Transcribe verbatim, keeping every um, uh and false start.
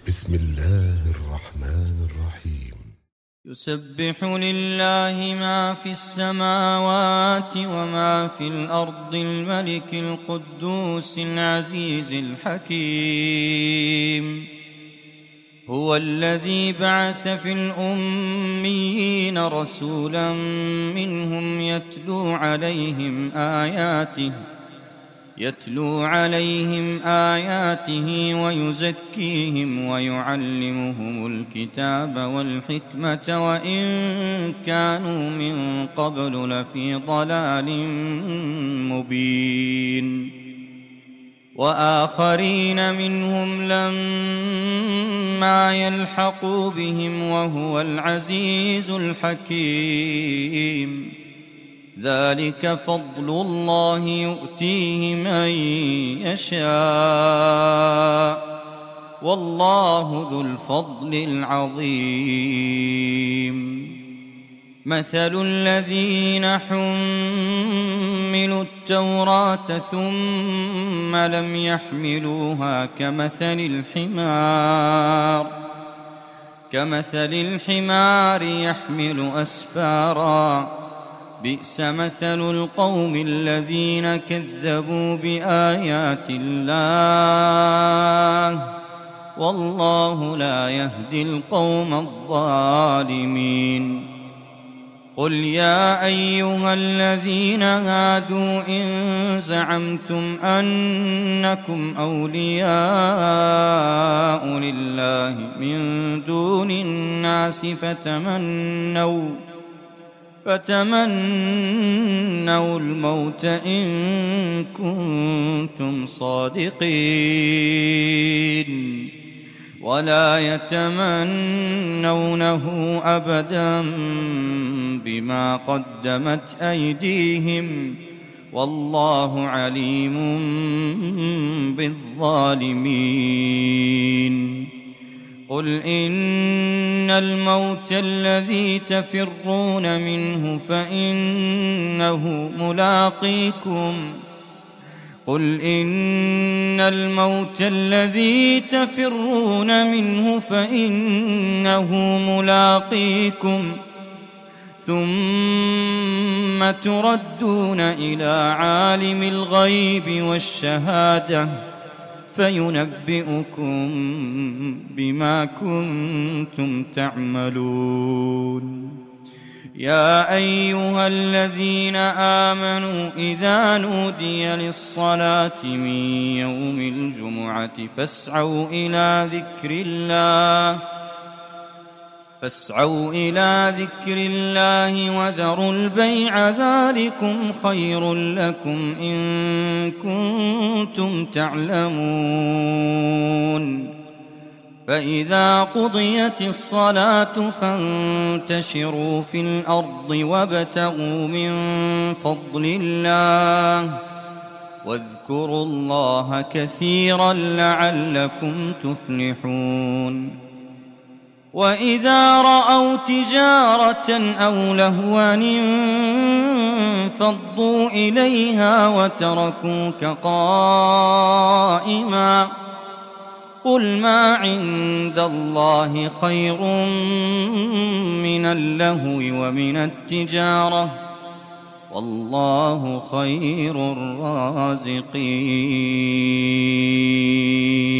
بسم الله الرحمن الرحيم. يسبح لله ما في السماوات وما في الأرض الملك القدوس العزيز الحكيم. هو الذي بعث في الأميين رسولا منهم يتلو عليهم آياته يتلو عليهم آياته ويزكيهم ويعلمهم الكتاب والحكمة وإن كانوا من قبل لفي ضلال مبين. وآخرين منهم لما يلحقوا بهم وهو العزيز الحكيم. ذلك فضل الله يؤتيه من يشاء والله ذو الفضل العظيم. مثل الذين حملوا التوراة ثم لم يحملوها كمثل الحمار كمثل الحمار يحمل أسفارا بئس مثل القوم الذين كذبوا بآيات الله والله لا يهدي القوم الظالمين. قل يا أيها الذين هادوا إن زعمتم أنكم أولياء لله من دون الناس فتمنوا فتمنوا الموت إن كنتم صادقين ولا يتمنونه أبدا بما قدمت أيديهم والله عليم بالظالمين. قل إن الموت الذي تفرون منه فإنه ملاقيكم قل إن الموت الذي تفرون منه فإنه ملاقيكم ثم تردون إلى عالم الغيب والشهادة فينبئكم بما كنتم تعملون. يا أيها الذين آمنوا إذا نودي للصلاة من يوم الجمعة فاسعوا إلى ذكر الله فاسعوا إلى ذكر الله وذروا البيع ذلكم خير لكم إن كنتم تعلمون. فإذا قضيت الصلاة فانتشروا في الأرض وابتغوا من فضل الله واذكروا الله كثيرا لعلكم تفلحون. وإذا رأوا تجارة أو لهوا انفضوا إليها وتركوك قائما قل ما عند الله خير من اللهو ومن التجارة والله خير الرازقين.